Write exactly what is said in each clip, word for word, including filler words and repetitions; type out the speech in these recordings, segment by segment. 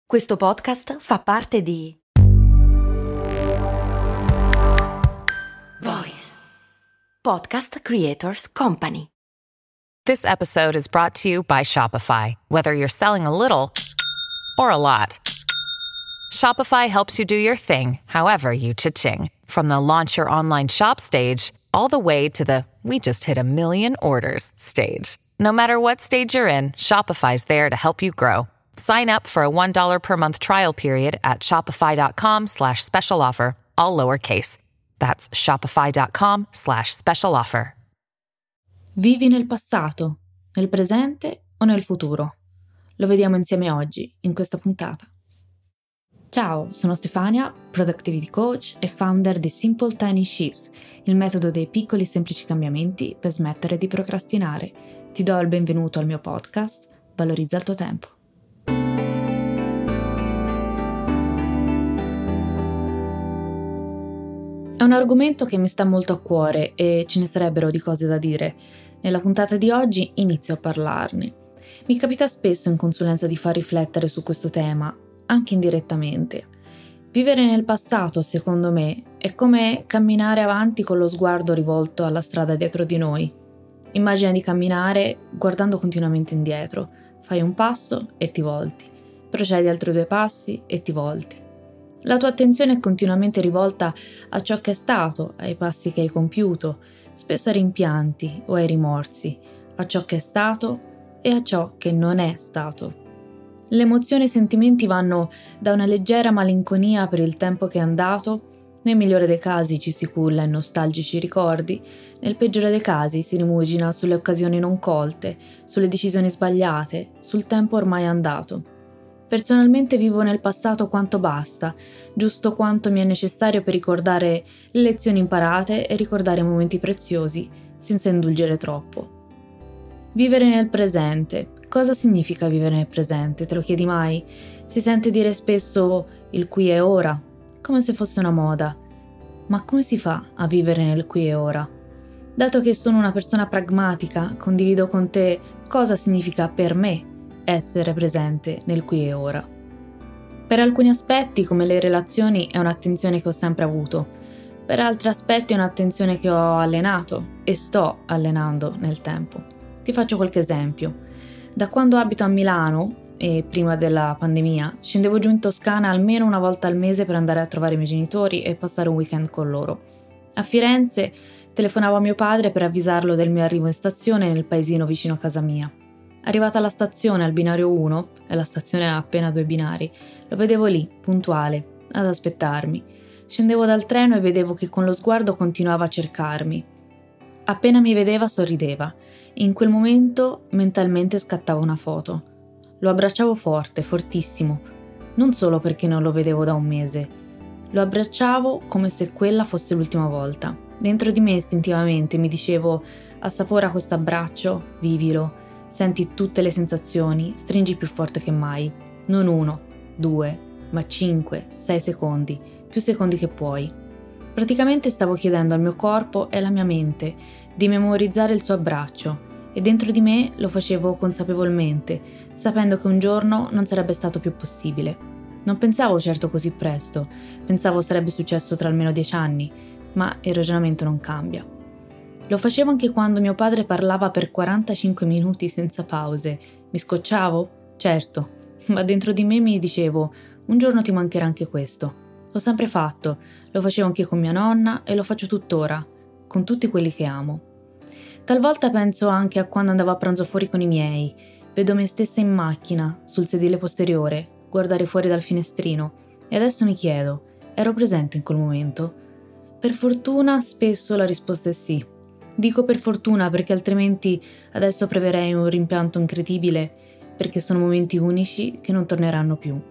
Questo podcast fa parte di Voice Podcast Creators Company. This episode is brought to you by Shopify. Whether you're selling a little or a lot, Shopify helps you do your thing, however you cha-ching. From the launch your online shop stage, all the way to the we just hit a million orders stage. No matter what stage you're in, Shopify's there to help you grow. Sign up for a one dollar per month trial period at shopify.com slash special offer, all lowercase. That's shopify.com slash special offer. Vivi nel passato, nel presente o nel futuro? Lo vediamo insieme oggi, in questa puntata. Ciao, sono Stefania, Productivity Coach e founder di Simple Tiny Shifts, il metodo dei piccoli semplici cambiamenti per smettere di procrastinare. Ti do il benvenuto al mio podcast, Valorizza il tuo tempo. È un argomento che mi sta molto a cuore e ce ne sarebbero di cose da dire. Nella puntata di oggi inizio a parlarne. Mi capita spesso in consulenza di far riflettere su questo tema, anche indirettamente. Vivere nel passato, secondo me, è come camminare avanti con lo sguardo rivolto alla strada dietro di noi. Immagina di camminare guardando continuamente indietro. Fai un passo e ti volti. Procedi altri due passi e ti volti. La tua attenzione è continuamente rivolta a ciò che è stato, ai passi che hai compiuto, spesso ai rimpianti o ai rimorsi, a ciò che è stato e a ciò che non è stato. Le emozioni e i sentimenti vanno da una leggera malinconia per il tempo che è andato, nel migliore dei casi ci si culla in nostalgici ricordi, nel peggiore dei casi si rimugina sulle occasioni non colte, sulle decisioni sbagliate, sul tempo ormai andato. Personalmente vivo nel passato quanto basta, giusto quanto mi è necessario per ricordare le lezioni imparate e ricordare i momenti preziosi, senza indulgere troppo. Vivere nel presente. Cosa significa vivere nel presente? Te lo chiedi mai? Si sente dire spesso il qui e ora, come se fosse una moda. Ma come si fa a vivere nel qui e ora? Dato che sono una persona pragmatica, condivido con te cosa significa per me essere presente nel qui e ora. Per alcuni aspetti, come le relazioni, è un'attenzione che ho sempre avuto. Per altri aspetti è un'attenzione che ho allenato e sto allenando nel tempo. Ti faccio qualche esempio. Da quando abito a Milano, e prima della pandemia, scendevo giù in Toscana almeno una volta al mese per andare a trovare i miei genitori e passare un weekend con loro. A Firenze telefonavo a mio padre per avvisarlo del mio arrivo in stazione nel paesino vicino a casa mia. Arrivata alla stazione al binario uno, e la stazione ha appena due binari, lo vedevo lì, puntuale, ad aspettarmi. Scendevo dal treno e vedevo che con lo sguardo continuava a cercarmi. Appena mi vedeva sorrideva. In quel momento mentalmente scattava una foto. Lo abbracciavo forte, fortissimo, non solo perché non lo vedevo da un mese. Lo abbracciavo come se quella fosse l'ultima volta. Dentro di me istintivamente mi dicevo: assapora questo abbraccio, vivilo. Senti tutte le sensazioni, stringi più forte che mai. Non uno, due, ma cinque, sei secondi, più secondi che puoi. Praticamente stavo chiedendo al mio corpo e alla mia mente di memorizzare il suo abbraccio e dentro di me lo facevo consapevolmente, sapendo che un giorno non sarebbe stato più possibile. Non pensavo certo così presto, pensavo sarebbe successo tra almeno dieci anni, ma il ragionamento non cambia. Lo facevo anche quando mio padre parlava per quarantacinque minuti senza pause. Mi scocciavo? Certo, ma dentro di me mi dicevo: un giorno ti mancherà anche questo. L'ho sempre fatto, lo facevo anche con mia nonna e lo faccio tuttora, con tutti quelli che amo. Talvolta penso anche a quando andavo a pranzo fuori con i miei. Vedo me stessa in macchina, sul sedile posteriore, guardare fuori dal finestrino e adesso mi chiedo: ero presente in quel momento? Per fortuna spesso la risposta è sì. Dico per fortuna perché altrimenti adesso proverei un rimpianto incredibile, perché sono momenti unici che non torneranno più.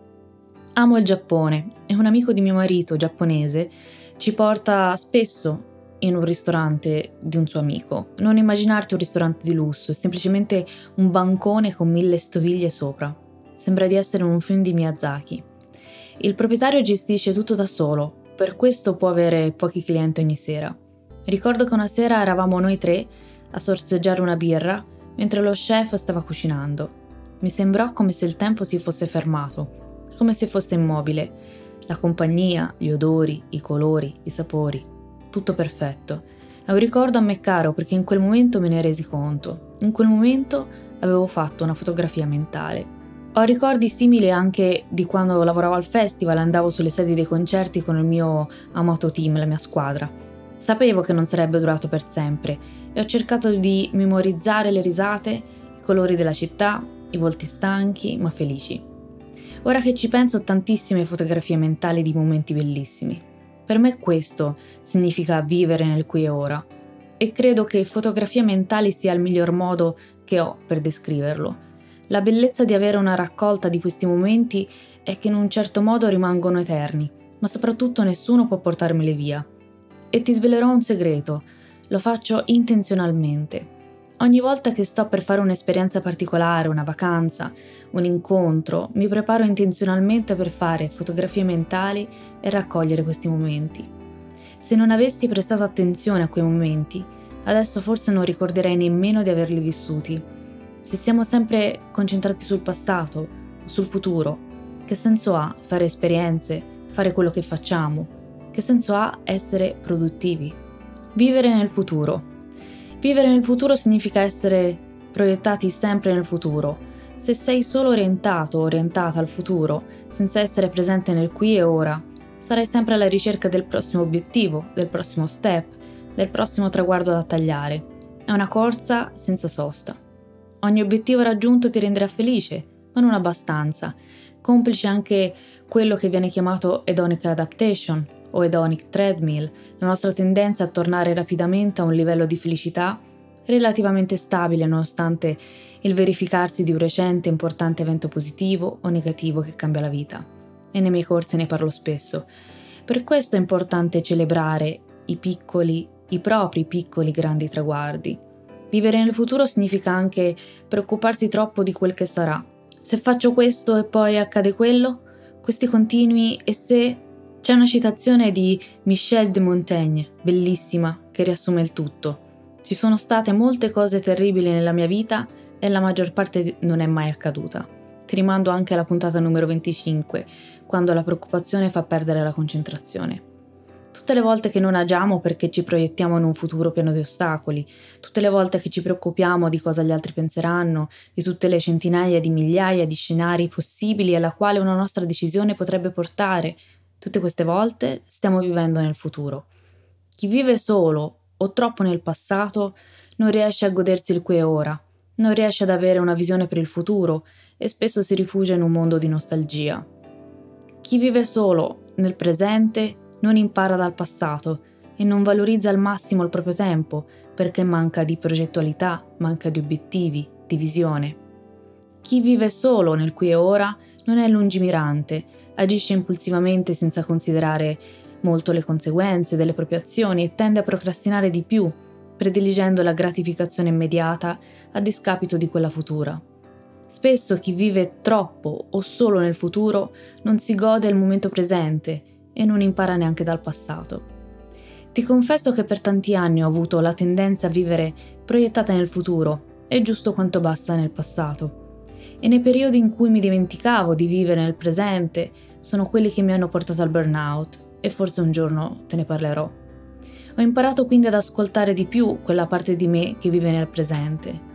Amo il Giappone e un amico di mio marito, giapponese, ci porta spesso in un ristorante di un suo amico. Non immaginarti un ristorante di lusso, è semplicemente un bancone con mille stoviglie sopra. Sembra di essere in un film di Miyazaki. Il proprietario gestisce tutto da solo, per questo può avere pochi clienti ogni sera. Ricordo che una sera eravamo noi tre a sorseggiare una birra mentre lo chef stava cucinando. Mi sembrò come se il tempo si fosse fermato. come se fosse immobile. La compagnia, gli odori, i colori, i sapori, tutto perfetto. È un ricordo a me caro perché in quel momento me ne resi conto. In quel momento avevo fatto una fotografia mentale. Ho ricordi simili anche di quando lavoravo al festival, andavo sulle sedie dei concerti con il mio amato team, la mia squadra. Sapevo che non sarebbe durato per sempre e ho cercato di memorizzare le risate, i colori della città, i volti stanchi ma felici. Ora che ci penso, ho tantissime fotografie mentali di momenti bellissimi. Per me questo significa vivere nel qui e ora e credo che fotografie mentali sia il miglior modo che ho per descriverlo. La bellezza di avere una raccolta di questi momenti è che in un certo modo rimangono eterni, ma soprattutto nessuno può portarmeli via. E ti svelerò un segreto, lo faccio intenzionalmente. Ogni volta che sto per fare un'esperienza particolare, una vacanza, un incontro, mi preparo intenzionalmente per fare fotografie mentali e raccogliere questi momenti. Se non avessi prestato attenzione a quei momenti, adesso forse non ricorderei nemmeno di averli vissuti. Se siamo sempre concentrati sul passato o sul futuro, che senso ha fare esperienze, fare quello che facciamo? Che senso ha essere produttivi? Vivere nel futuro. Vivere nel futuro significa essere proiettati sempre nel futuro. Se sei solo orientato o orientata al futuro, senza essere presente nel qui e ora, sarai sempre alla ricerca del prossimo obiettivo, del prossimo step, del prossimo traguardo da tagliare. È una corsa senza sosta. Ogni obiettivo raggiunto ti renderà felice, ma non abbastanza. Complice anche quello che viene chiamato hedonic adaptation o hedonic treadmill, la nostra tendenza a tornare rapidamente a un livello di felicità relativamente stabile nonostante il verificarsi di un recente importante evento positivo o negativo che cambia la vita. E nei miei corsi ne parlo spesso. Per questo è importante celebrare i piccoli, i propri piccoli grandi traguardi. Vivere nel futuro significa anche preoccuparsi troppo di quel che sarà. Se faccio questo e poi accade quello? Questi continui e se... C'è una citazione di Michel de Montaigne, bellissima, che riassume il tutto. Ci sono state molte cose terribili nella mia vita e la maggior parte non è mai accaduta. Ti rimando anche alla puntata numero venticinque, quando la preoccupazione fa perdere la concentrazione. Tutte le volte che non agiamo perché ci proiettiamo in un futuro pieno di ostacoli, tutte le volte che ci preoccupiamo di cosa gli altri penseranno, di tutte le centinaia di migliaia di scenari possibili alla quale una nostra decisione potrebbe portare, tutte queste volte stiamo vivendo nel futuro. Chi vive solo o troppo nel passato non riesce a godersi il qui e ora, non riesce ad avere una visione per il futuro e spesso si rifugia in un mondo di nostalgia. Chi vive solo nel presente non impara dal passato e non valorizza al massimo il proprio tempo perché manca di progettualità, manca di obiettivi, di visione. Chi vive solo nel qui e ora non è lungimirante, agisce impulsivamente senza considerare molto le conseguenze delle proprie azioni e tende a procrastinare di più, prediligendo la gratificazione immediata a discapito di quella futura. Spesso chi vive troppo o solo nel futuro non si gode il momento presente e non impara neanche dal passato. Ti confesso che per tanti anni ho avuto la tendenza a vivere proiettata nel futuro e giusto quanto basta nel passato. E nei periodi in cui mi dimenticavo di vivere nel presente sono quelli che mi hanno portato al burnout e forse un giorno te ne parlerò. Ho imparato quindi ad ascoltare di più quella parte di me che vive nel presente.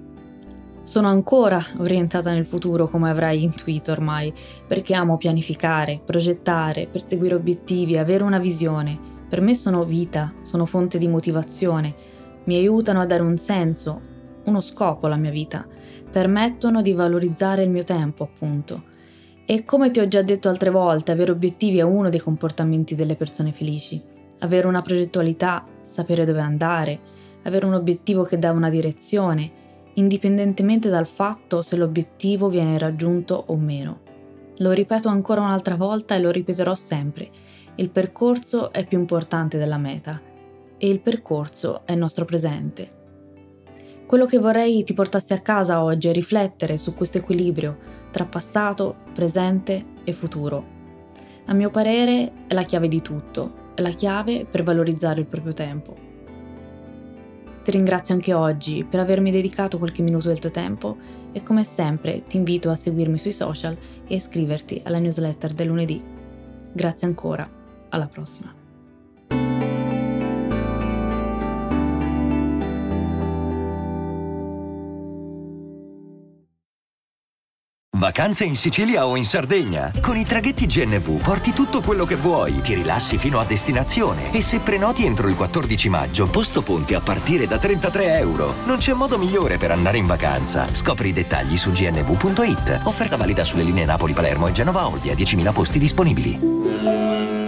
Sono ancora orientata nel futuro, come avrai intuito ormai, perché amo pianificare, progettare, perseguire obiettivi, avere una visione. Per me sono vita, sono fonte di motivazione, mi aiutano a dare un senso, uno scopo alla mia vita, permettono di valorizzare il mio tempo, appunto. E come ti ho già detto altre volte, avere obiettivi è uno dei comportamenti delle persone felici. Avere una progettualità, sapere dove andare, avere un obiettivo che dà una direzione, indipendentemente dal fatto se l'obiettivo viene raggiunto o meno. Lo ripeto ancora un'altra volta e lo ripeterò sempre. Il percorso è più importante della meta e il percorso è il nostro presente. Quello che vorrei ti portassi a casa oggi è riflettere su questo equilibrio tra passato, presente e futuro. A mio parere è la chiave di tutto, è la chiave per valorizzare il proprio tempo. Ti ringrazio anche oggi per avermi dedicato qualche minuto del tuo tempo e come sempre ti invito a seguirmi sui social e iscriverti alla newsletter del lunedì. Grazie ancora, alla prossima. Vacanze in Sicilia o in Sardegna? Con i traghetti G N V porti tutto quello che vuoi, ti rilassi fino a destinazione e se prenoti entro il quattordici maggio, posto ponti a partire da trentatré euro. Non c'è modo migliore per andare in vacanza. Scopri i dettagli su g n v punto i t. Offerta valida sulle linee Napoli-Palermo e Genova-Olbia, diecimila posti disponibili.